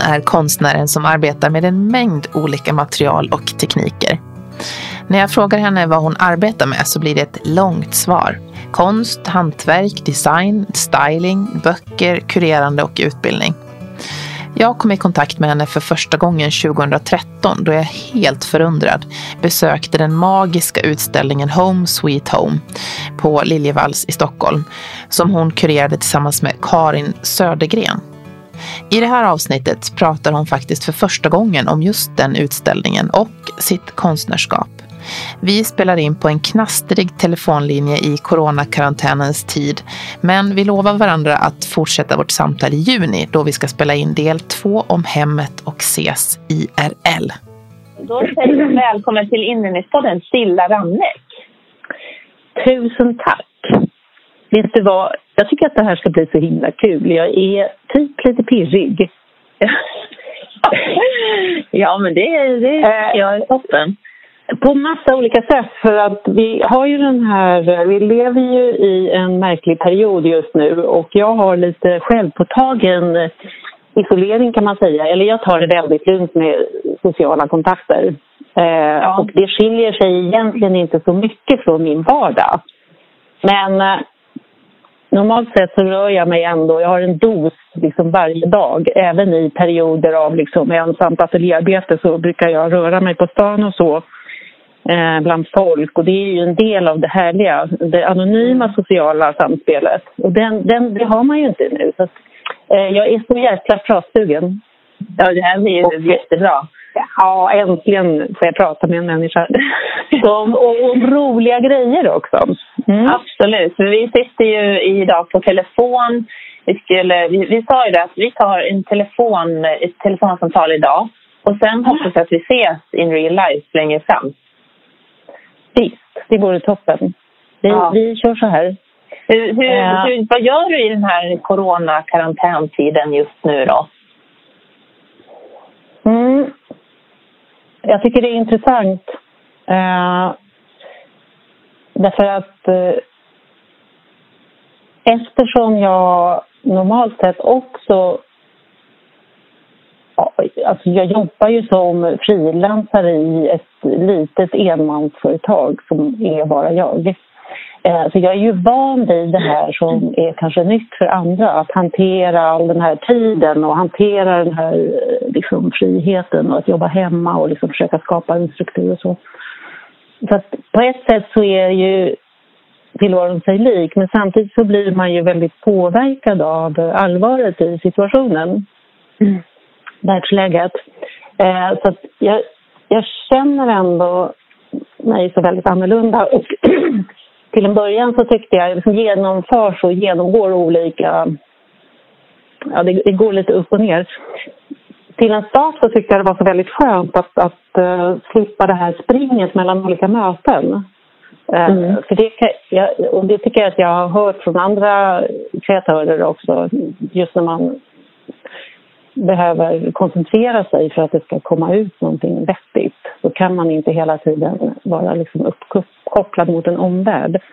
är konstnären som arbetar med en mängd olika material och tekniker. När jag frågar henne vad hon arbetar med så blir det ett långt svar. Konst, hantverk, design, styling, böcker, kurerande och utbildning. Jag kom i kontakt med henne för första gången 2013 då jag helt förundrad besökte den magiska utställningen Home Sweet Home på Liljevalchs i Stockholm som hon kurerade tillsammans med Karin Södergren. I det här avsnittet pratar hon faktiskt för första gången om just den utställningen och sitt konstnärskap. Vi spelar in på en knastrig telefonlinje i coronakarantänens tid, men vi lovar varandra att fortsätta vårt samtal i juni då vi ska spela in del 2 om hemmet och ses IRL. Då säger jag välkommen till Inredningspodden Stilla Ramneck. Tusen tack. Vet du vad? Jag tycker att det här ska bli så himla kul. Jag är typ lite pirrig. Ja, men det jag är toppen. På massa olika sätt, för att vi har ju vi lever ju i en märklig period just nu och jag har lite självpåtagen isolering kan man säga. Eller jag tar det väldigt lugnt med sociala kontakter. Och det skiljer sig egentligen inte så mycket från min vardag. Men normalt sett så rör jag mig ändå. Jag har en dos liksom varje dag. Även i perioder av liksom ensamt ateljéarbete så brukar jag röra mig på stan och så. Bland folk. Och det är ju en del av det härliga. Det anonyma sociala samspelet. Och det har man ju inte nu. Så att, jag är så jäkla pratsugen. Ja, det här blir ju jättebra. Ja, äntligen får jag prata med en människa. och roliga grejer också. Mm. Absolut. Vi sitter ju idag på telefon. Vi sa ju det att vi tar ett telefonsamtal idag. Och sen hoppas jag att vi ses in real life längre fram. Visst, det vore toppen. Vi kör så här. Vad gör du i den här corona-karantäntiden just nu då? Jag tycker det är intressant. Därför att eftersom jag normalt sett också alltså jag jobbar ju som frilansare i ett litet enmansföretag som är bara jag. Så jag är ju van vid det här som är kanske nytt för andra. Att hantera all den här tiden och hantera den här liksom, friheten och att jobba hemma och liksom försöka skapa en struktur och så. Så att på ett sätt så är ju tillvaron sig lik. Men samtidigt så blir man ju väldigt påverkad av allvaret i situationen. Världsläget. Så att jag känner ändå mig så väldigt annorlunda. Och till en början så tyckte jag liksom genomförs och genomgår olika... Ja, det går lite upp och ner. Till en start så tyckte jag det var så väldigt skönt att slippa det här springet mellan olika möten. För det tycker jag att jag har hört från andra kreatörer också. Just när man behöver koncentrera sig för att det ska komma ut någonting vettigt. Så kan man inte hela tiden vara liksom uppkopplad mot en omvärld.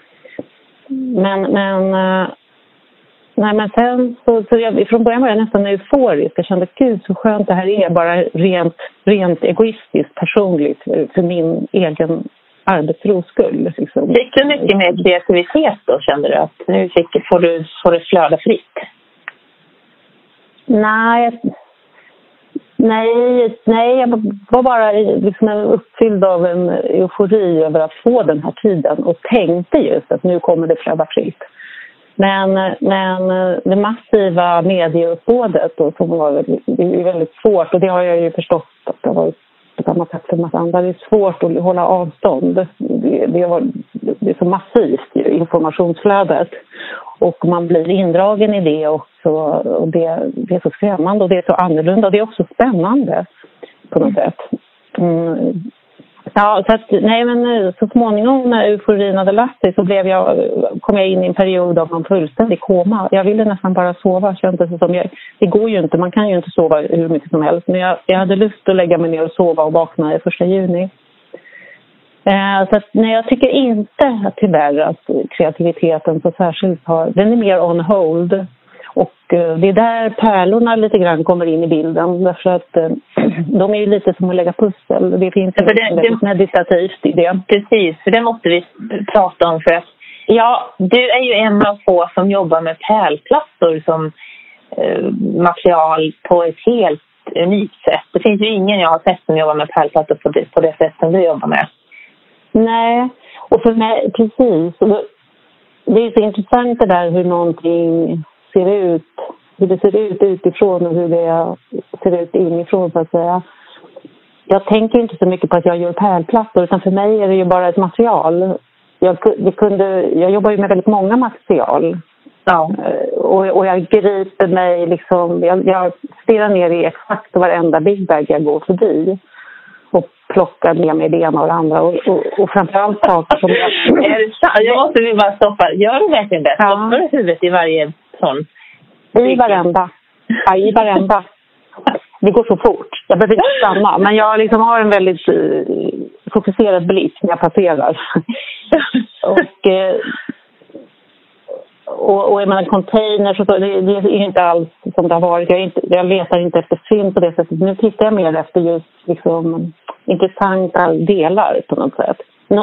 Men sen så från början var jag nästan euforisk. Jag kände, gud så skönt det här är. Bara rent egoistiskt, personligt för min egen arbetsros skull. Liksom. Fick du mycket mer kreativitet då, kände du? Att nu får du flöda fritt? Nej, jag var bara liksom uppfylld av en eufori över att få den här tiden och tänkte just att nu kommer det flöda fritt. Men det massiva medieuppbådet och som det är väldigt svårt, och det har jag ju förstått att det var på samma sätt som att andra, det är svårt att hålla avstånd. Det är så massivt informationsflödet och man blir indragen i det också, och det är så skrämmande och det är så annorlunda och det är också spännande på något sätt. Ja, så småningom när euforin hade lagt sig så kom jag in i en period av en fullständig koma. Jag ville nästan bara sova. Det går ju inte, man kan ju inte sova hur mycket som helst. Men jag hade lust att lägga mig ner och sova och vakna 1 juni. Så att, jag tycker inte tyvärr att kreativiteten så särskilt den är mer on hold. Och det är där pärlorna lite grann kommer in i bilden. Därför att de är ju lite som att lägga pussel. Det finns väldigt meditativt i det. Precis, för det måste vi prata om. För att, ja, du är ju en av få som jobbar med pärlplattor som material på ett helt unikt sätt. Det finns ju ingen jag har sett som jobbar med pärlplattor på det sätt som du jobbar med. Nej, och för mig, precis. Det är så intressant det där hur någonting ser ut. Hur det ser ut utifrån och hur det ser ut inifrån, så att säga. Jag tänker inte så mycket på att jag gör pärlplattor, utan för mig är det ju bara ett material. Jag jobbar ju med väldigt många material. Ja. Och jag griper mig liksom, jag stirrar ner i exakt varenda big bag jag går förbi. Och plockar med mig det ena och det andra. Och framförallt saker som jag måste bara stoppa. Gör du verkligen det? Stoppar du huvudet i varje sån? I varenda. Ja, i varenda. Det går så fort. Jag behöver inte stanna. Men jag liksom har en väldigt fokuserad blick när jag passerar. Och jag menar containers, så det är inte alls som det har varit. Jag letar inte efter fynd på det sättet. Nu tittar jag mer efter just liksom intressanta delar på något sätt.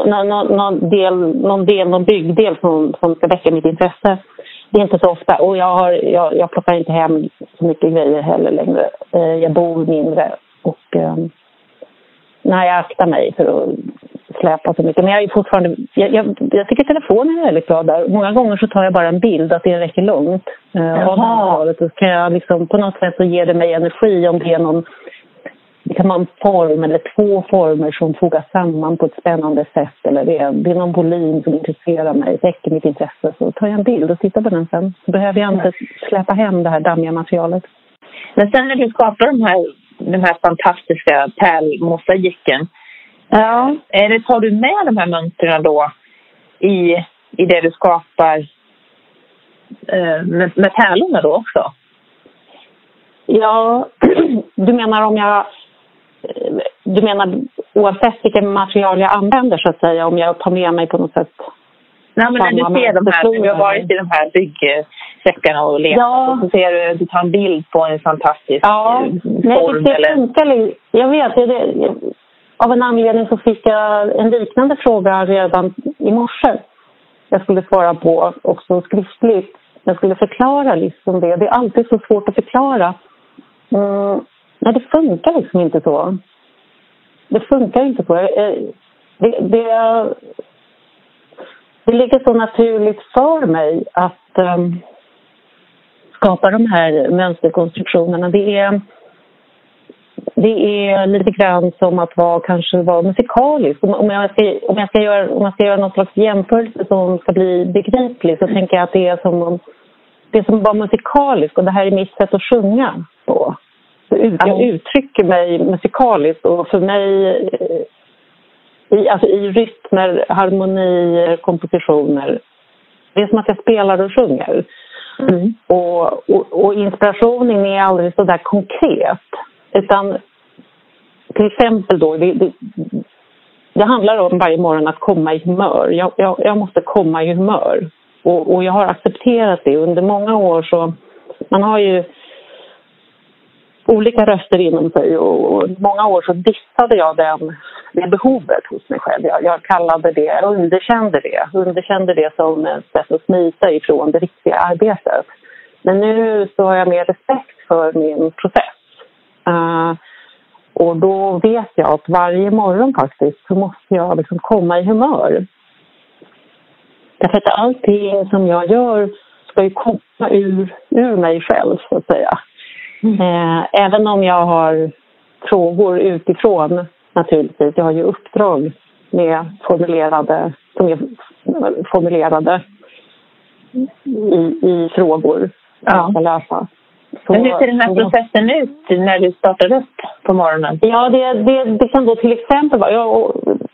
Någon byggdel som ska väcka mitt intresse. Det är inte så ofta. Och jag plockar inte hem så mycket grejer heller längre. Jag bor mindre. Och jag aktar mig för att släpa så mycket. Men jag är fortfarande... Jag tycker telefonen är väldigt bra där. Många gånger så tar jag bara en bild att det räcker långt. Och så kan jag liksom på något sätt så ger det mig energi om det är någon... Det kan vara en form eller två former som fogas samman på ett spännande sätt. Eller det är någon volym som intresserar mig, väcker mitt intresse. Så tar jag en bild och tittar på den sen. Så behöver jag inte släppa hem det här dammiga materialet. Men sen när du skapar den här fantastiska pärlmosaiken. Ja. Tar du med de här mönstren då i det du skapar med pärlorna då också? Ja, du menar oavsett vilket material jag använder så att säga, om jag tar med mig på något sätt? Nej, men när du ser de här, du har varit i de här byggsäckarna och letat och så ser du tar en bild på en fantastisk form. Nej, det funkar. Jag vet, av en anledning så fick jag en liknande fråga redan i morse. Jag skulle svara på också skriftligt. Jag skulle förklara liksom det. Det är alltid så svårt att förklara. Nej, det funkar liksom inte så. Det funkar inte så. Det ligger så naturligt för mig att skapa de här mönsterkonstruktionerna. Det är lite grann som att vara musikalisk. Om jag ska göra någon slags jämförelse som ska bli begriplig, så tänker jag att det är som att vara musikalisk, och det här är mitt sätt att sjunga på. Jag uttrycker mig musikaliskt, och för mig i rytmer, harmonier, kompositioner, det är som att jag spelar och sjunger. Och inspirationen är aldrig så där konkret, utan till exempel då det handlar om varje morgon att komma i humör. Jag måste komma i humör, och jag har accepterat det under många år. Så man har ju olika röster inom sig, och många år så dissade jag det behovet hos mig själv. Jag kallade det, underkände det som ett sätt att smita ifrån det riktiga arbetet. Men nu så har jag mer respekt för min process. Och då vet jag att varje morgon faktiskt så måste jag liksom komma i humör. Därför att allting som jag gör ska ju komma ur mig själv, så att säga. Även om jag har frågor utifrån, naturligtvis. Jag har ju uppdrag som är formulerade i frågor jag ska läsa. Men hur ser den här processen ut när du startar upp på morgonen? Ja, det kan då till exempel vara...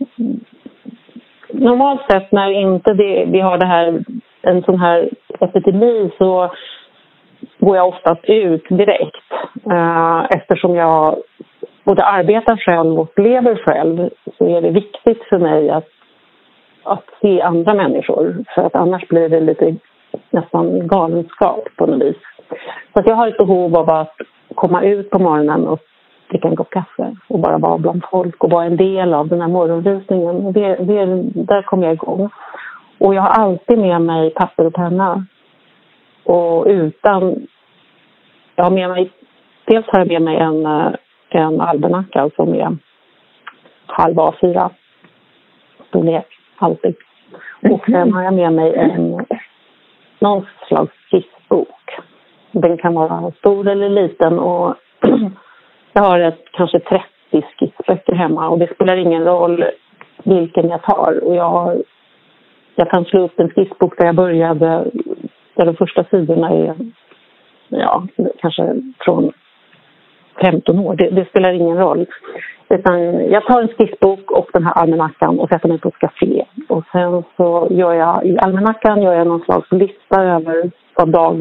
Normalt sett när inte vi har en sån här epidemi, så går jag oftast ut direkt. Eftersom jag både arbetar själv och lever själv, så är det viktigt för mig att se andra människor. För att annars blir det lite nästan galenskap på något vis. Så att jag har ett behov av att komma ut på morgonen och dricka en kopp kaffe och bara vara bland folk och vara en del av den här morgonrusningen. Och där kommer jag igång. Och jag har alltid med mig papper och penna. Och jag har med mig, dels har jag med mig en almanacka som är halv A4 storlek, alltid. Och sen har jag med mig någon slags skissbok. Den kan vara stor eller liten och jag har kanske 30 skissböcker hemma och det spelar ingen roll vilken jag tar. Och jag kan slå upp en skissbok där jag började, där de första sidorna är kanske från 15 år. Det spelar ingen roll. Utan jag tar en skissbok och den här almanackan och sätter mig på ett café. Och sen så i almanackan gör jag någon slags lista över vad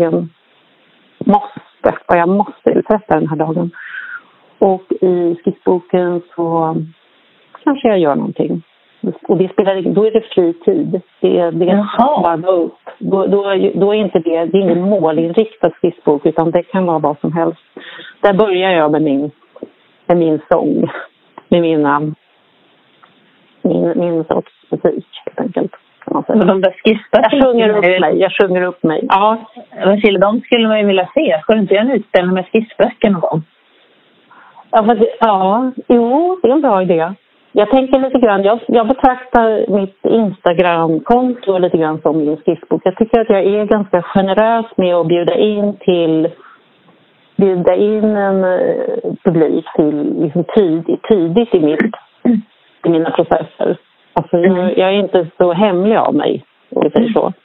jag måste uträtta den här dagen. Och i skissboken så kanske jag gör någonting. Och då är det fri tid. Det är bara upp. Då är inte det är ingen målinriktad skissbok utan det kan vara vad som helst. Där börjar jag med min sång. Med min sorts musik helt enkelt. De där skissböckerna. Jag sjunger upp mig. Ja. Vasile, de skulle man ju vilja se. Ska du inte göra en utställning med skissböcker någon gång? Det är en bra idé. Jag tänker lite grann, jag betraktar mitt Instagram-konto lite grann som min skissbok. Jag tycker att jag är ganska generös med att bjuda in en publik till liksom tidigt i mina processer. Alltså jag är inte så hemlig av mig, om vi säger så.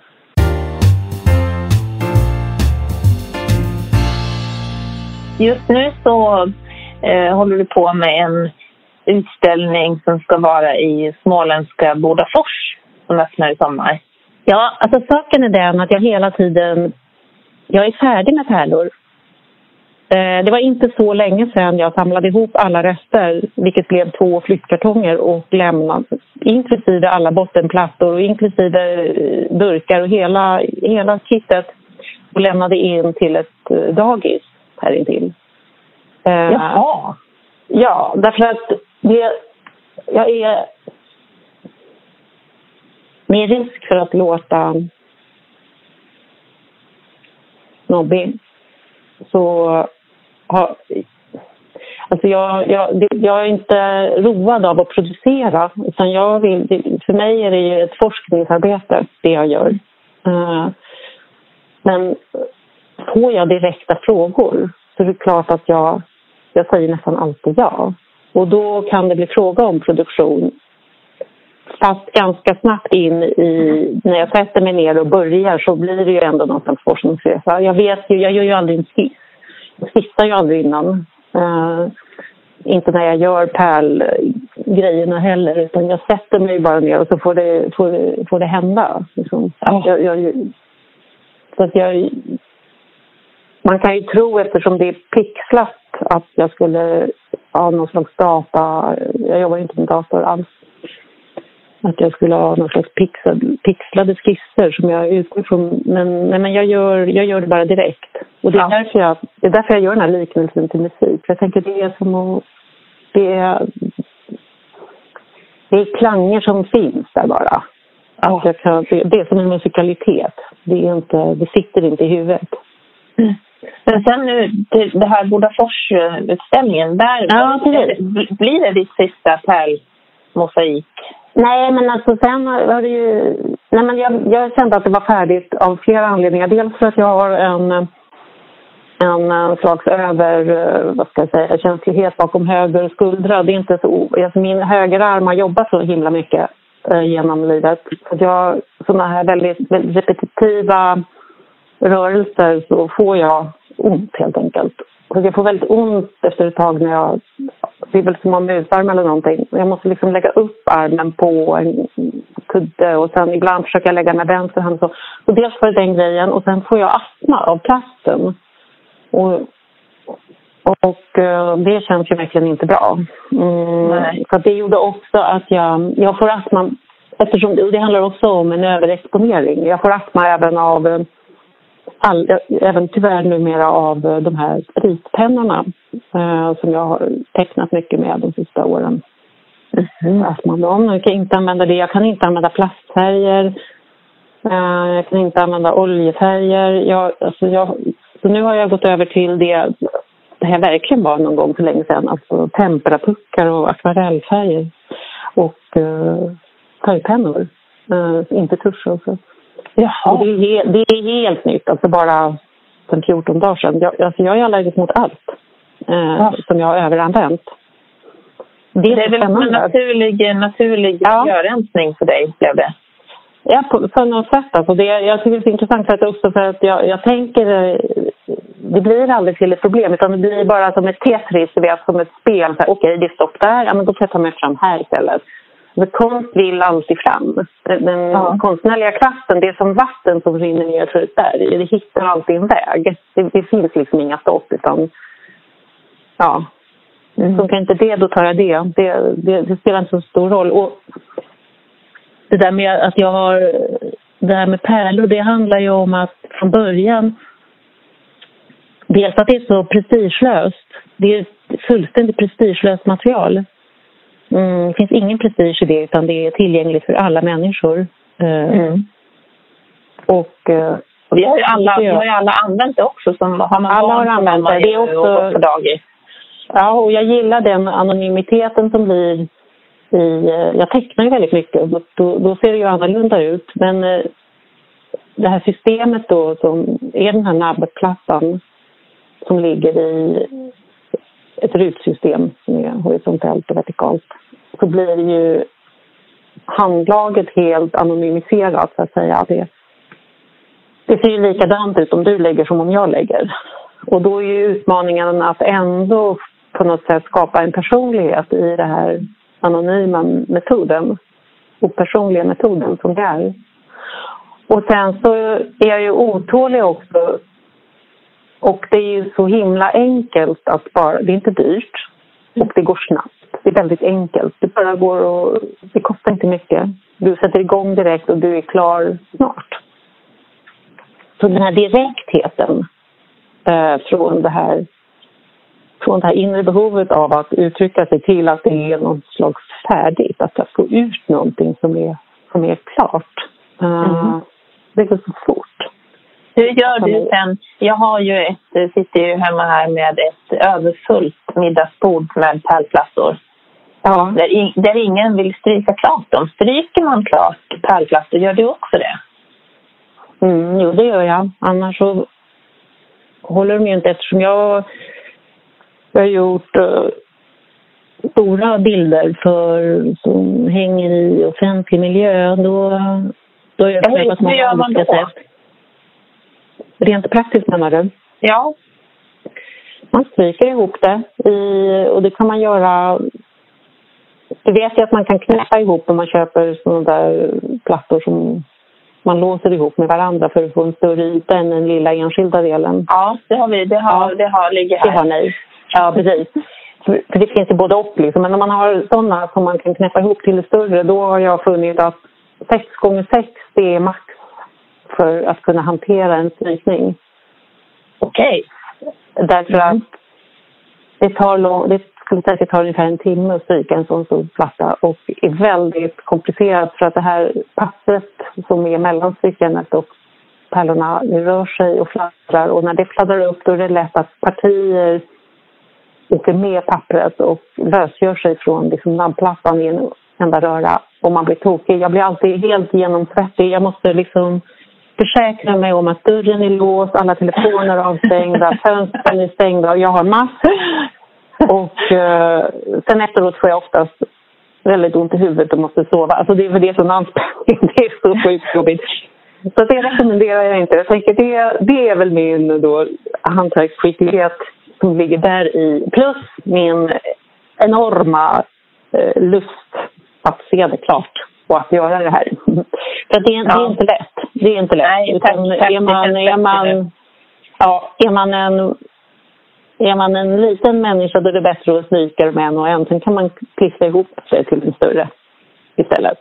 Just nu så håller du på med en utställning som ska vara i småländska Bodafors som öppnar i sommar. Ja, alltså saken är den att jag är färdig med pärlor. Det var inte så länge sedan jag samlade ihop alla rester, vilket blev 2 flyttkartonger och lämnade, inklusive alla bottenplattor och inklusive burkar och hela kittet och lämnade in till ett dagis här intill. Jaha. Ja, därför att jag är med risk för att låta snobbig. Så jag är inte road av att producera, utan för mig är det ju ett forskningsarbete det jag gör. Men får jag direkta frågor så är det klart att jag säger nästan alltid ja. Och då kan det bli fråga om produktion. Fast ganska snabbt när jag sätter mig ner och börjar så blir det ju ändå någonstans forskningsresa. Jag gör ju aldrig en skiss. Jag skissar ju aldrig innan. Inte när jag gör pärlgrejerna heller. Utan jag sätter mig bara ner och så får det hända. Liksom. Man kan ju tro, eftersom det är pixlat, att jag skulle ha någon slags data. Jag jobbar inte med dator alls. Att jag skulle ha någon slags pixlade skisser som jag utgår från. Men jag gör det bara direkt. Och det är därför jag gör den här liknelsen till musik. Jag tänker det är som att det är klanger som finns där bara. Ja. Det är som en musikalitet. Det sitter inte i huvudet. Mm. Men sen nu, det här Bodafors-utställningen, blir det ditt sista pärlmosaik? Nej, men alltså sen var det ju... Nej, men jag kände att det var färdigt av flera anledningar. Dels för att jag har en slags känslighet bakom höger skuldra. Det är inte så... Alltså min högerarm har jobbat så himla mycket genom livet. Så sådana här väldigt, väldigt repetitiva rörelser så får jag ont helt enkelt. Så jag får väldigt ont efter ett tag när det är väl som en musarm eller någonting. Jag måste liksom lägga upp armen på en kudde och sen ibland försöker jag lägga med vänster hand. Och dels för den grejen och sen får jag astma av plasten. Och det känns ju verkligen inte bra. Så det gjorde också att jag får astma, eftersom det handlar också om en överexponering. Jag får astma även av även tyvärr numera av de här spritpennorna som jag har tecknat mycket med de sista åren. Att man kan inte använda det. Jag kan inte använda plastfärger. Jag kan inte använda oljefärger. Så nu har jag gått över till det här verkligen var någon gång för länge sedan. Alltså temperapuckar och akvarellfärger. Och färgpennor. Inte tusch också. Och det är helt nytt. Alltså bara sen 14 dagar sedan. Jag är allergisk mot allt som jag har överanvänt. Det är väl en naturlig miljörensning för dig, blev det? Ja, på något sätt. Alltså jag tycker det är intressant för att jag tänker det blir aldrig till ett problem utan det blir bara som ett Tetris, som ett spel. Okej, det är stopp där, men då får jag ta mig fram här istället. Men konst vill alltid fram. Den konstnärliga kraften, det är som vatten som rinner ner för ett berg. Det hittar alltid en väg. Det finns liksom inga stopp utan så kan inte det, då tar jag det. Det spelar inte så stor roll. Och det där med att jag har det här med pärlor, det handlar ju om att från början dels att det är så prestigelöst. Det är ett fullständigt prestigelöst material. Det finns ingen prestige i det utan det är tillgängligt för alla människor. Och vi har ju alla använt det också. Alla har använt det. Det är också på dagis. Ja, och jag gillar den anonymiteten som blir jag tecknar ju väldigt mycket. Då ser det ju annorlunda ut. Men det här systemet då som är den här nabbplattan som ligger i ett rutsystem som är horisontellt och vertikalt. Så blir ju handlaget helt anonymiserat så att säga. Det ser ju likadant ut om du lägger som om jag lägger. Och då är ju utmaningen att ändå på något sätt skapa en personlighet i det här anonyma metoden. Och personliga metoden som det är. Och sen så är jag ju otålig också. Och det är ju så himla enkelt att bara, det är inte dyrt. Och det går snabbt. Det är väldigt enkelt. Det bara går och det kostar inte mycket. Du sätter igång direkt och du är klar snart. Så den här direktheten från det här inre behovet av att uttrycka sig till att det är något slags färdigt. Att det ska ut någonting som är klart. Det går så fort. Hur gör du sen? Jag har ju sitter ju hemma här med ett överfullt middagsbord med pärlplattor. Ja. Där ingen vill stryka klart dem. Stryker man klart pärlplattor, gör du också det? Jo, det gör jag. Annars så håller de ju inte, eftersom jag har gjort stora bilder som hänger i offentlig miljö. Då är det på många olika sätt. Rent praktiskt menar du? Ja. Man stryker ihop det och det kan man göra. Du vet ju att man kan knäppa ihop om man köper sådana där plattor som man låser ihop med varandra för att få en större yta än den lilla enskilda delen. Ja, det har vi. Det ligger här. Det har ni. Ja, precis. För det finns ju både och liksom. Men om man har sådana som man kan knäppa ihop till det större, då har jag funnit att 6x6 det är max för att kunna hantera en strykning. Okej. Därför att det tar ungefär en timme att stryka en sån stor platta och är väldigt komplicerat för att det här pappret som är mellan strykandet och pärlorna rör sig och fladdrar, och när det fladdrar upp då är det lätt att partier åker med pappret och lösgör sig från liksom nabbplattan i en enda röra och man blir tokig. Jag blir alltid helt genomsvettig. Jag måste liksom försäkra mig om att dörren är låst, alla telefoner är avstängda, fönstren är stängda och jag har mask. Och sen efteråt får jag oftast väldigt ont i huvudet och måste sova. Alltså det är för det som anspänning. Det är så sjukt jobbigt. Så det rekommenderar jag inte. Jag tänker det är väl min då hantverksskicklighet som ligger där i. Plus min enorma lust att se det klart och att göra det här. För det är inte lätt. Det är inte lätt. Nej, utan är man en liten människa då är det bättre att stryka med en och en. Sen kan man klistra ihop sig till en större istället.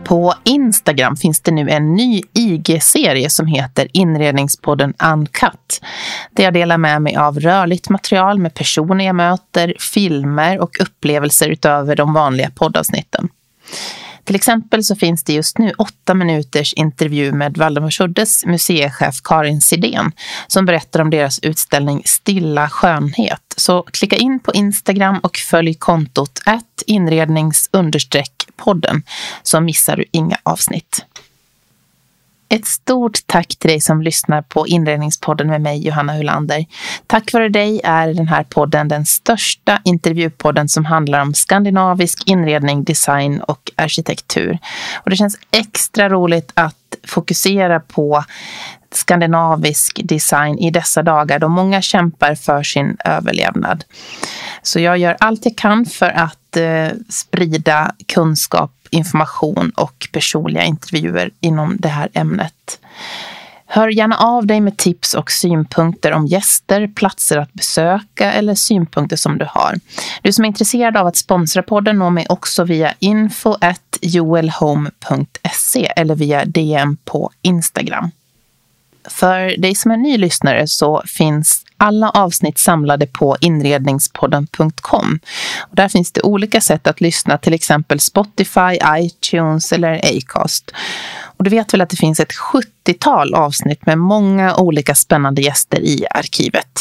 På Instagram finns det nu en ny IG-serie som heter Inredningspodden Uncut. Där jag delar med mig av rörligt material med personer jag möter, filmer och upplevelser utöver de vanliga poddavsnitten. Till exempel så finns det just nu 8 minuters intervju med Valdemarsuddes museichef Karin Sidén som berättar om deras utställning Stilla skönhet. Så klicka in på Instagram och följ kontot @inrednings_podden så missar du inga avsnitt. Ett stort tack till dig som lyssnar på Inredningspodden med mig, Johanna Hulander. Tack vare dig är den här podden den största intervjupodden som handlar om skandinavisk inredning, design och arkitektur. Och det känns extra roligt att fokusera på skandinavisk design i dessa dagar då många kämpar för sin överlevnad. Så jag gör allt jag kan för att sprida kunskap, information och personliga intervjuer inom det här ämnet. Hör gärna av dig med tips och synpunkter om gäster, platser att besöka eller synpunkter som du har. Du som är intresserad av att sponsra podden når mig också via info@joelhome.se eller via DM på Instagram. För dig som är ny lyssnare så finns alla avsnitt samlade på inredningspodden.com. Och där finns det olika sätt att lyssna, till exempel Spotify, iTunes eller Acast. Och du vet väl att det finns ett 70-tal avsnitt med många olika spännande gäster i arkivet.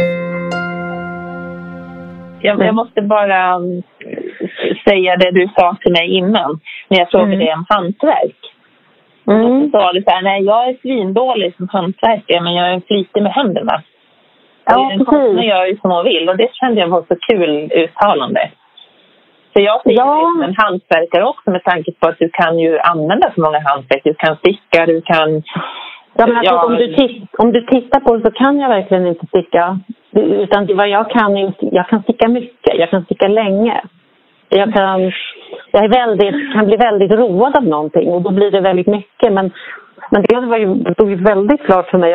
Jag måste bara säga det du sa till mig innan när jag frågade dig om hantverk. Och så sa du så här, nej jag är svindålig som hantverkare men jag är flitig med händerna. Ja, en konstnär gör ju som hon vill och det kände jag var så kul uttalande. Så jag ser ju en hantverkare också med tanke på att du kan ju använda så många hantverk. Du kan sticka, du kan... Ja, men alltså, om du tittar på det så kan jag verkligen inte sticka. Utan vad jag kan sticka mycket, jag kan sticka länge. Jag kan bli väldigt road av någonting och då blir det väldigt mycket. Men det var ju väldigt klart för mig.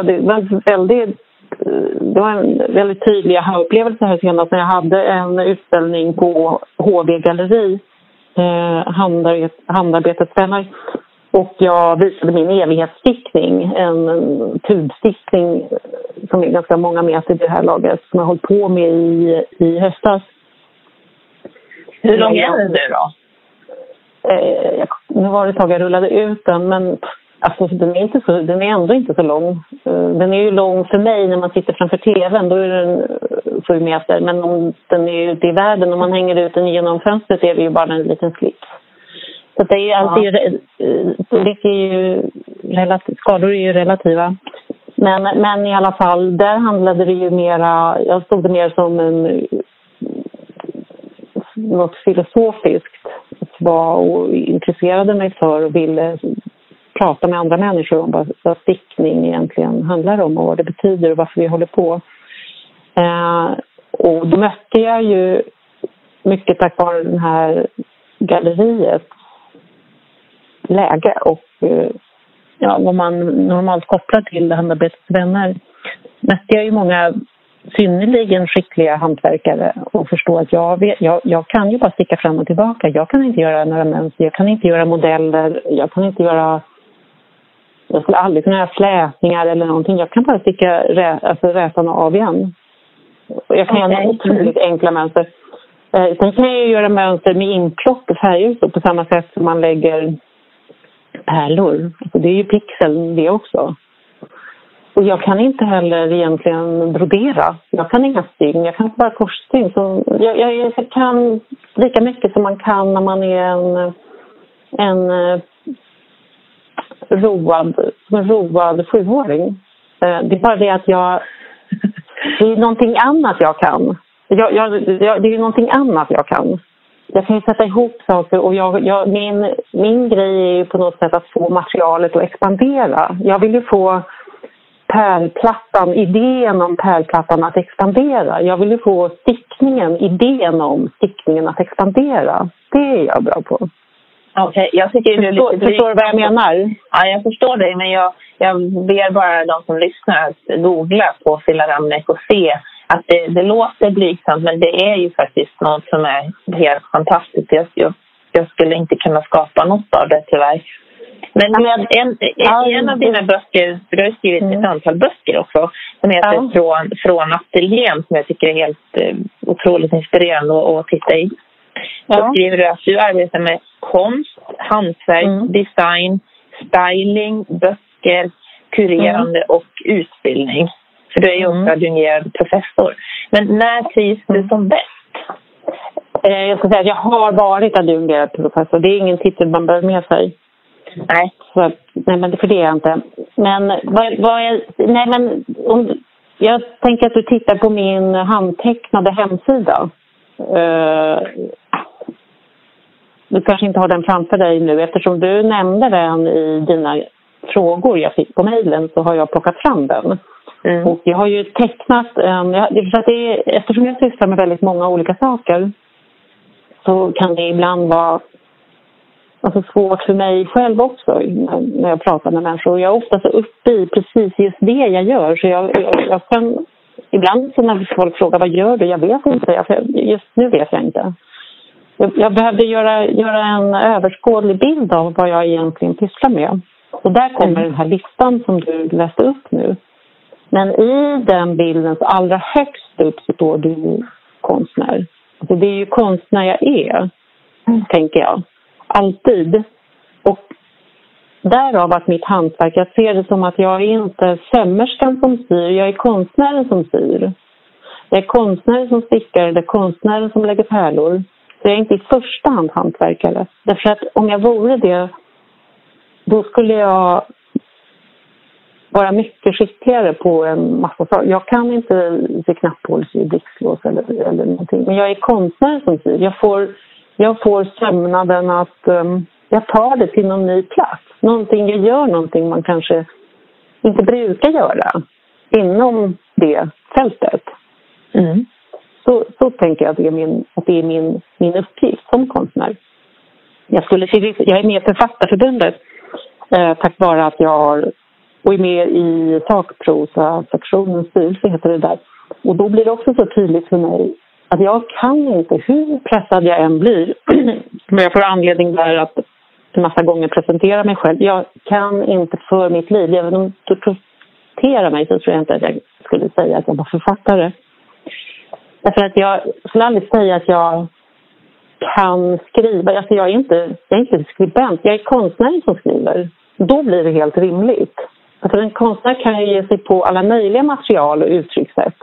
Det var en väldigt tydlig upplevelse här senast när jag hade en utställning på HV Galleri, handarbetetsvänner. Och jag visade min evighetsstickning, en tubstickning som är ganska många meter i det här laget som jag hållit på med i höstas. Hur lång är den nu då? Nu var det ett tag jag rullade ut den, men alltså, den är ändå inte så lång. Den är ju lång för mig när man sitter framför tvn, då är den 7 meter. Men om den är ute i världen, om man hänger ut den genom fönstret är det ju bara en liten slips. Så det är ju alltid, skador är ju relativa. Men i alla fall, där handlade det ju mera, jag stod det mer som något filosofiskt. Och intresserade mig för och ville prata med andra människor om vad stickning egentligen handlar om och vad det betyder och varför vi håller på. Och då mötte jag ju mycket tack vare den här galleriet läge och vad man normalt kopplar till handarbetsvänner mötte jag ju många synnerligen skickliga hantverkare och förstå att jag kan ju bara sticka fram och tillbaka. Jag kan inte göra några mönster, jag kan inte göra modeller, jag skulle aldrig kunna göra flätningar eller någonting. Jag kan bara sticka rätan av igen. Jag kan göra otroligt enkla mönster. Sen kan jag göra mönster med inplock och färger på samma sätt som man lägger pärlor. Alltså det är ju pixel det också. Och jag kan inte heller egentligen brodera. Jag kan inga stygn. Jag kan bara korsstygn. Jag kan lika mycket som man kan när man är en road 7-åring. Det är bara det att det är någonting annat jag kan. Det är ju någonting annat jag kan. Jag kan ju sätta ihop saker och min grej är ju på något sätt att få materialet att expandera. Jag vill ju få idén om pärlplattan att expandera. Jag vill ju få idén om stickningen att expandera. Det är jag bra på. Okej, jag tycker du förstår du vad jag menar? Ja, jag förstår dig, men jag ber bara de som lyssnar att googla på Cilla Ramneck och se att det låter blygsamt, men det är ju faktiskt något som är helt fantastiskt. jag skulle inte kunna skapa något av det tyvärr. Men en av dina böcker, för du har skrivit ett antal böcker också, som heter Från ateljén, som jag tycker är helt otroligt inspirerande att titta i. Så skriver du att du arbetar med konst, hantverk, design, styling, böcker, kurerande och utbildning. För du är ju också adjungerad professor. Men när trivs du som bäst? Jag ska säga att jag har varit adjungerad professor. Det är ingen titel man bör med sig. Nej. Så, nej, men för det är jag inte. Men jag tänker att du tittar på min handtecknade hemsida. Du kanske inte har den framför dig nu. Eftersom du nämnde den i dina frågor jag fick på mejlen, så har jag plockat fram den. Och jag har ju tecknat eftersom jag sysslar med väldigt många olika saker, så kan det ibland vara svårt för mig själv också när jag pratar med människor. Jag är ofta så uppe i precis just det jag gör. Så jag kan ibland så när folk frågar vad gör du? Jag vet inte. Just nu vet jag inte. Jag behövde göra en överskådlig bild av vad jag egentligen pysslar med. Och där kommer den här listan som du läste upp nu. Men i den bilden så allra högst upp så står du konstnär. Alltså det är ju konstnär jag är, tänker jag. Alltid. Och därav att mitt hantverk, jag ser det som att jag är inte sömmerskan som syr, jag är konstnären som syr. Jag är konstnären som stickar, det är konstnären som lägger pärlor. Så jag är inte i första hand hantverkare. Därför att om jag vore det, då skulle jag vara mycket skickligare på en massa saker. Jag kan inte se knapphåls i blixtlås eller någonting. Men jag är konstnär som syr. Jag får sömnaden att jag tar det till någon ny plats. Någonting, jag gör någonting man kanske inte brukar göra inom det fältet. Så tänker jag att det är min uppgift som konstnär. Jag är med i Författarförbundet tack vare att jag är med i sakprosa-sektionens styrelse, heter det där. Och då blir det också så tydligt för mig att jag kan inte, hur pressad jag än blir, men jag får anledning där att en massa gånger presentera mig själv. Jag kan inte för mitt liv, även om du profiterar mig, så tror jag inte att jag skulle säga att jag var författare. Därför att jag skulle aldrig säga att jag kan skriva. Alltså jag är inte skribent, jag är konstnär som skriver. Då blir det helt rimligt. Alltså en konstnär kan ju ge sig på alla möjliga material och uttryckssätt.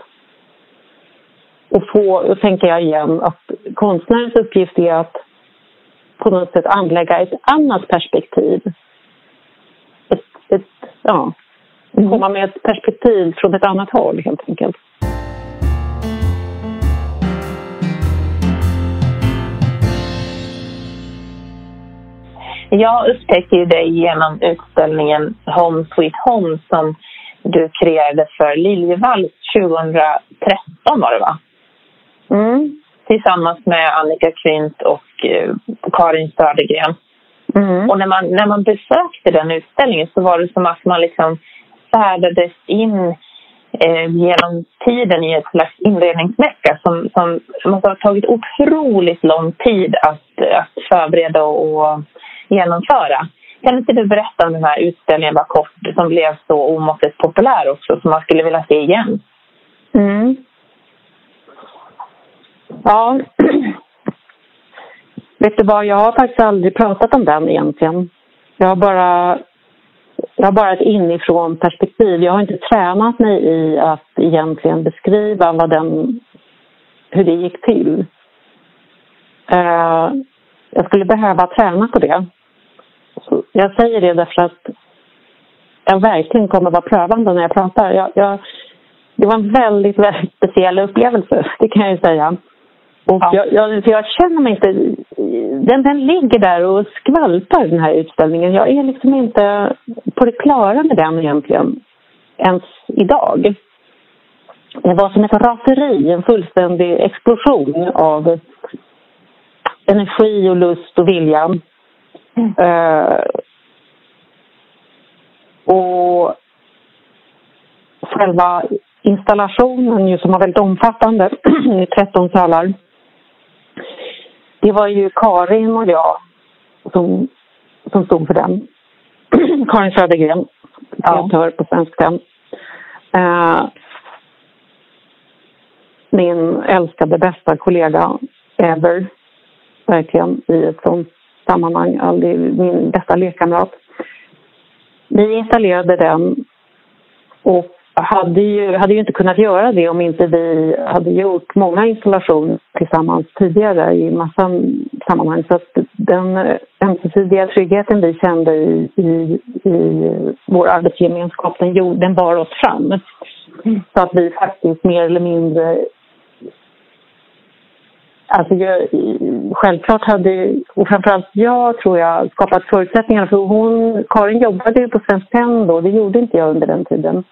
Och tänker jag igen att konstnärens uppgift är att på något sätt anlägga ett annat perspektiv. Komma med ett perspektiv från ett annat håll helt enkelt. Jag upptäckte ju dig genom utställningen Home Sweet Home som du kreerade för Liljevalchs 2013 var det, va? Tillsammans med Annika Kvint och Karin Södergren. Och när man besökte den utställningen så var det som att man liksom färdades in genom tiden i ett slags inredningsmäcka som måste ha tagit otroligt lång tid att förbereda och genomföra. Kan inte du berätta om den här utställningen bara kort, som blev så omåttligt populär också, som man skulle vilja se igen? Ja, vet du vad, jag har faktiskt aldrig pratat om den egentligen. Jag har bara ett inifrån perspektiv. Jag har inte tränat mig i att egentligen beskriva hur det gick till. Jag skulle behöva träna på det. Så jag säger det därför att jag verkligen kommer vara prövande när jag pratar. Det var en väldigt, väldigt speciell upplevelse, det kan jag ju säga. Och jag känner mig inte... Den ligger där och skvalpar, den här utställningen. Jag är liksom inte på det klara med den egentligen ens idag. Det var som ett raseri, en fullständig explosion av energi och lust och vilja. Och själva installationen som var väldigt omfattande i 13 salar. det var ju Karin och jag som stod för den. Karin Södergren, kreatör på Svenska. Min älskade bästa kollega ever, verkligen, i ett sånt sammanhang. Min bästa lekkamrat. Vi installerade den och hade ju inte kunnat göra det om inte vi hade gjort många installationer tillsammans tidigare i massa sammanhang. Så att den ömsesidiga tryggheten vi kände i vår arbetsgemenskap, den bar oss fram. Så att vi faktiskt mer eller mindre, alltså självklart hade, och framförallt jag tror jag, skapat förutsättningar. För Karin jobbade ju på Svensk Tenn då, det gjorde inte jag under den tiden.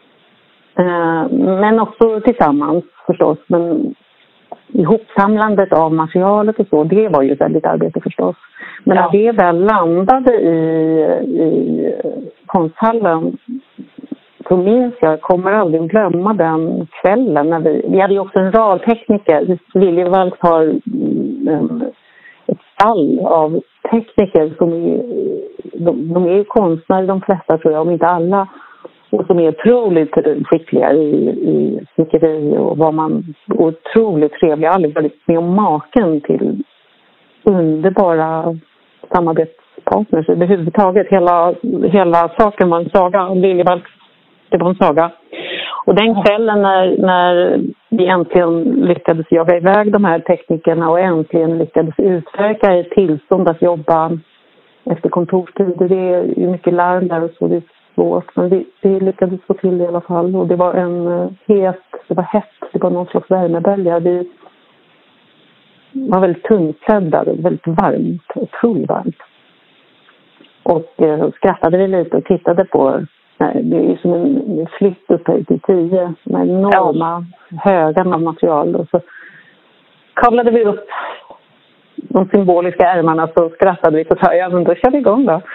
Men också tillsammans förstås. Men ihopsamlandet av materialet och så, det var ju ett väldigt arbete förstås. Men när det väl landade i konsthallen, så minns jag kommer aldrig glömma den kvällen. När vi hade ju också en radtekniker. Liljevalchs har ett stall av tekniker som de är ju konstnärer, de flesta tror jag, om inte alla. Och som är otroligt skickliga i snickeri och otroligt trevliga. Jag har aldrig varit med om maken till underbara samarbetspartners överhuvudtaget. Hela saken var en saga. Liljevalchs, det var en saga. Och den kvällen när vi äntligen lyckades jaga iväg de här teknikerna och äntligen lyckades utverka ett tillstånd att jobba efter kontorstider. Det är ju mycket larm där och så, det är svårt. Men vi lyckades få till det i alla fall. Och det var det var någon slags värmebölja. Vi var väldigt tunnklädda, väldigt varmt, otroligt varmt. Och skrattade vi lite och tittade på. Det är som en flytt uppe till 10 med enorma högar av material. Och så kavlade vi upp de symboliska ärmarna, så skrattade vi och sa, ja men då kör vi igång då.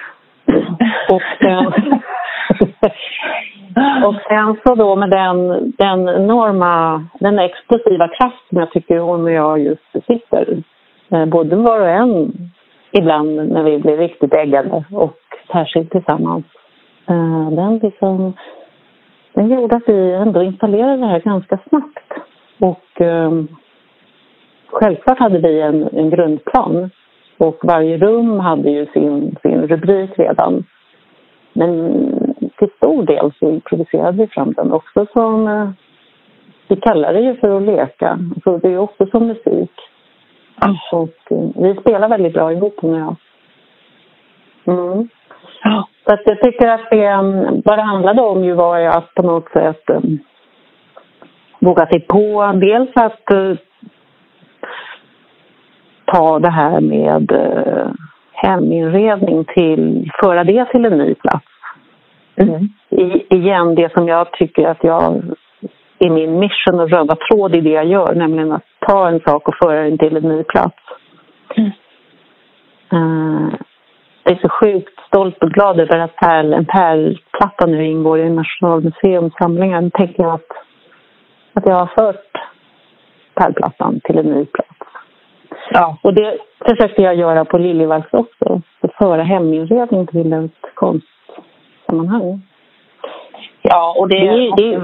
Och sen så då med den enorma, den explosiva kraft som jag tycker hon och jag just besitter. Både var och en ibland när vi blir riktigt äggade och särskilt tillsammans. Den gjorde att vi ändå installerade det här ganska snabbt. Och självklart hade vi en grundplan. Och varje rum hade ju sin rubrik redan. Men till stor del så producerade vi fram den också som, vi kallar det ju för att leka. Så det är också som musik. Och vi spelar väldigt bra ihop nu. Så att jag tycker att vad det handlade om ju var att på något sätt våga sig på. Dels att ta det här med heminredning föra det till en ny plats. Igen det som jag tycker att jag är min mission och röda tråd i det jag gör, nämligen att ta en sak och föra den till en ny plats. Jag är så sjukt stolt och glad över att en pärlplatta nu ingår i Nationalmuseums samlingar. Nu tänker jag att jag har fört pärlplattan till en ny plats. Ja. Och det försökte jag göra på Liljevalchs också. Att föra heminredning till ett konstsammanhang. Ja, och det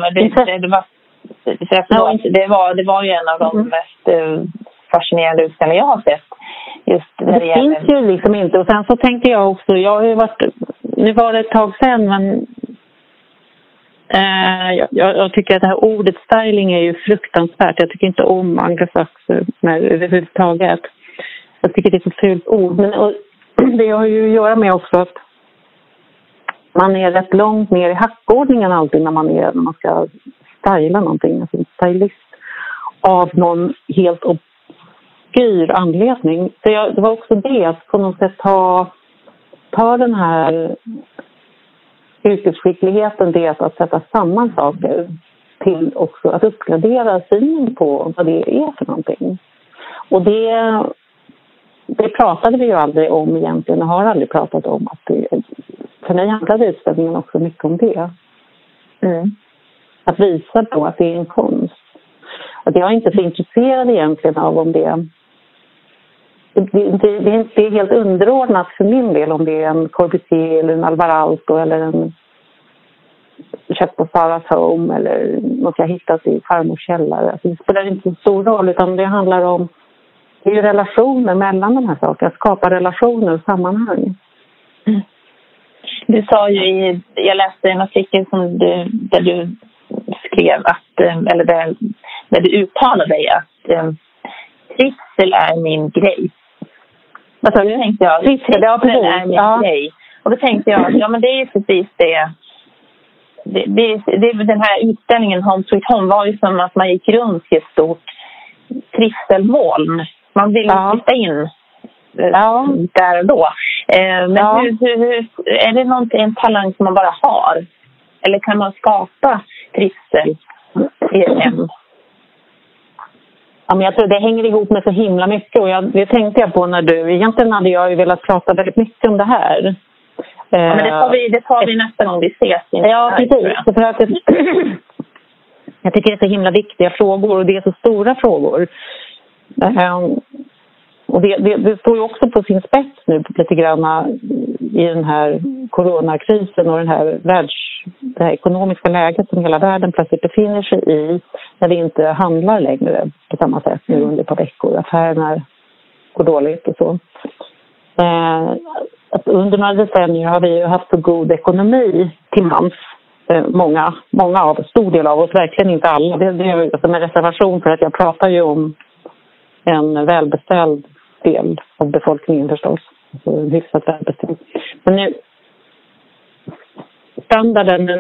var ju en av de mest fascinerande utställningar jag har sett. Just när det finns ju liksom inte. Och sen så tänkte jag också, jag har ju nu var det ett tag sedan, men jag tycker att det här ordet styling är ju fruktansvärt. Jag tycker inte om anglosaxer överhuvudtaget. Jag tycker det är ett fult ord. Men det har ju att göra med också att man är rätt långt ner i hackordningen alltid när man ska styla någonting. Alltså en stylist av någon helt obskyr anledning. Så det var också det att på något sätt ta den här yrkesskickligheten, det att sätta samman saker till också att uppgradera synen på vad det är för någonting. Och det pratade vi ju aldrig om egentligen och har aldrig pratat om. För mig handlade utställningen också mycket om det. Att visa på att det är en konst. Att jag är inte så intresserad egentligen av om det det är helt underordnat för min del om det är en Corbusier eller en Alvar Aalto eller en köpt på Sarah's Home eller något jag hittat i farmors källare. Alltså, det spelar inte så stor roll, utan det handlar om det är ju relationer mellan de här sakerna. Att skapa relationer och sammanhang. Mm. Du sa ju jag läste en artikel där du skrev att, eller där du uttalade dig att trivsel är min grej. Vad sa du? Tänkte jag, trivsel är min grej. Och då tänkte jag, ja men det är ju precis det. Den här utställningen Home Sweet Home var ju som att man gick runt i ett stort trivselmoln. Man vill sitta in där och då. Men hur, är det en talang som man bara har? Eller kan man skapa trivsel i ett hem? Ja, men jag tror det hänger ihop med så himla mycket. Och det tänkte jag på när egentligen hade jag ju velat prata väldigt mycket om det här. Ja, men det tar vi nästa gång vi ses. Ja, precis. För att jag tycker det är så himla viktiga frågor och det är så stora frågor. Och det står ju också på sin spets nu lite grann i den här coronakrisen och det här ekonomiska läget som hela världen plötsligt befinner sig i, när vi inte handlar längre på samma sätt nu under ett par veckor. Affärerna går dåligt och så. Att under några decennier har vi ju haft så god ekonomi till mans. Många av oss, stor del av oss, verkligen inte alla. Det är alltså med reservation för att jag pratar ju om en välbeställd del av befolkningen förstås. Alltså en hyfsat välbeställd. Men nu, standarden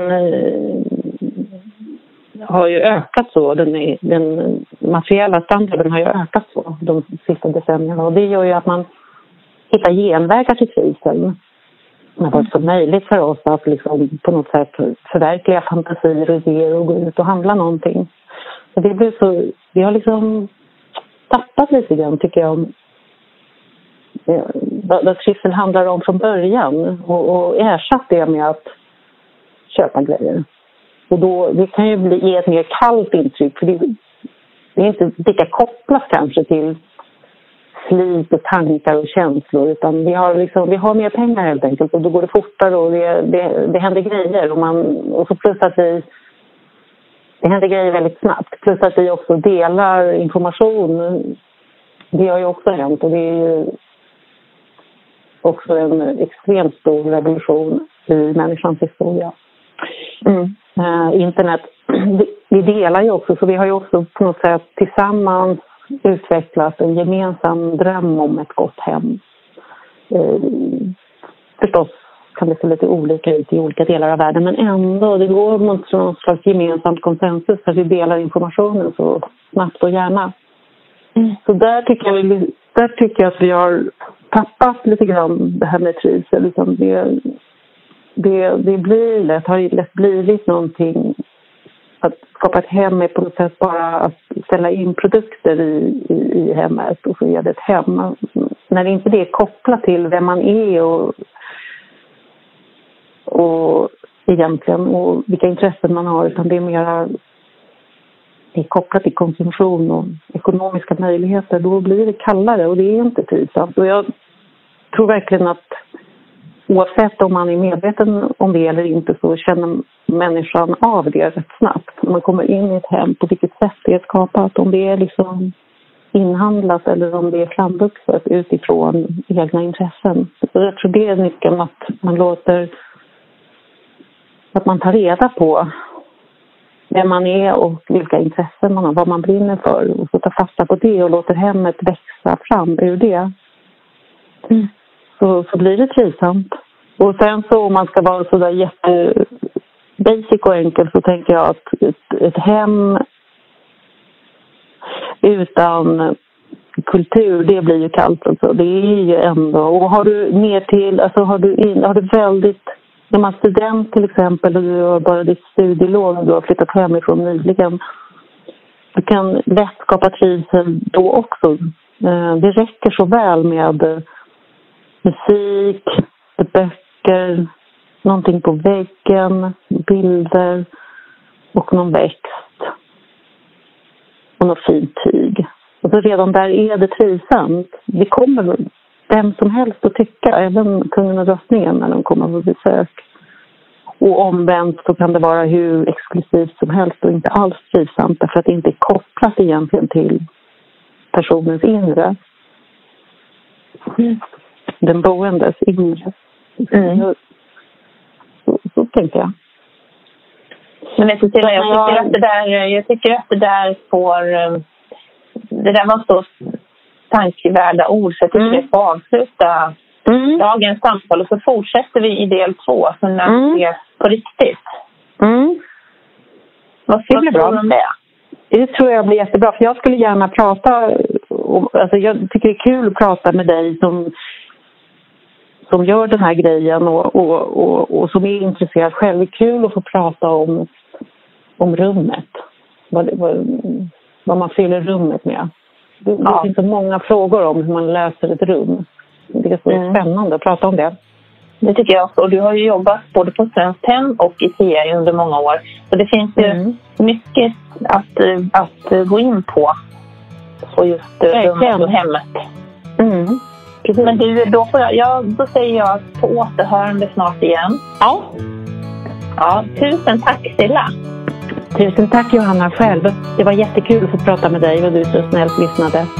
har ju ökat så. Den materiella standarden har ju ökat så de sista decennierna. Och det gör ju att man hittar genvägar till trivseln. Det har varit så möjligt för oss att liksom på något sätt förverkliga fantasier och idéer och gå ut och handla någonting. Så det blir så, vi har liksom tappat lite grann tycker jag om vad trivsel handlar om från början och ersatt det med att köpa grejer. Och då, det kan ju ge ett mer kallt intryck för det är inte lika kopplat kanske till slit och tankar och känslor utan vi har mer pengar helt enkelt och då går det fortare och det händer grejer och så plus att det händer grejer väldigt snabbt plus att vi också delar information. Det har ju också hänt och det är ju också en extremt stor revolution i människans historia. Internet, vi delar ju också så vi har ju också på något sätt tillsammans utvecklat en gemensam dröm om ett gott hem. Förstås kan det se lite olika ut i olika delar av världen men ändå det går mot någon slags gemensamt konsensus för att vi delar informationen så snabbt och gärna. Så där tycker jag att vi har tappat lite grann det här med trivsel. Liksom det blir lätt, har lätt blivit någonting att skapa ett hem är på något sätt bara att ställa in produkter i hemmet och så är det ett hem. När inte det är kopplat till vem man är och egentligen och vilka intressen man har utan det är mera är kopplat till konsumtion och ekonomiska möjligheter då blir det kallare och det är inte trivsamt. Och jag tror verkligen att oavsett om man är medveten om det eller inte så känner människan av det rätt snabbt. När man kommer in i ett hem på vilket sätt det är skapat. Om det är liksom inhandlat eller om det är framvuxet utifrån egna intressen. Så jag tror det är nyckeln att man tar reda på vem man är och vilka intressen man har, vad man brinner för. Och så tar fasta på det och låter hemmet växa fram ur det. Så blir det trivsamt. Och sen så om man ska vara sådär jätte basic och enkel så tänker jag att ett hem utan kultur, det blir ju kallt alltså. Det är ju ändå, och har du ner till, alltså har du väldigt, när man är student till exempel och du har bara ditt studielån och du har flyttat hemifrån nyligen, du kan lätt skapa trivsel då också. Det räcker så väl med musik, böcker, någonting på väggen, bilder och någon växt och något fint tyg. Och så redan där är det trivsamt. Det kommer vem som helst att tycka, även kungen och drottningen när de kommer på besök. Och omvänt så kan det vara hur exklusivt som helst och inte alls trivsamt, därför att det inte är kopplat egentligen till personens inre. Den boendes inre. Så tänker jag. Men jag tycker att det där får... Det där var så tankevärda ord, så jag tycker vi får avsluta dagens samtal och så fortsätter vi i del 2 så när vi ses på riktigt. Vad tror du om det? Det tror jag blir jättebra, för jag skulle gärna prata alltså jag tycker det är kul att prata med dig som gör den här grejen och som är intresserad själv. Det är kul att få prata om rummet. Vad man fyller rummet med. Det finns så många frågor om hur man löser ett rum. Det är så spännande att prata om det. Det tycker jag också. Och du har ju jobbat både på Svenskt Hem och i TI under många år. Så det finns ju mycket att gå in på just rummet och hemmet. Men du, då säger jag på återhörande snart igen. Ja, tusen tack Silla. Tusen tack Johanna själv. Det var jättekul att få prata med dig och du så snällt lyssnade.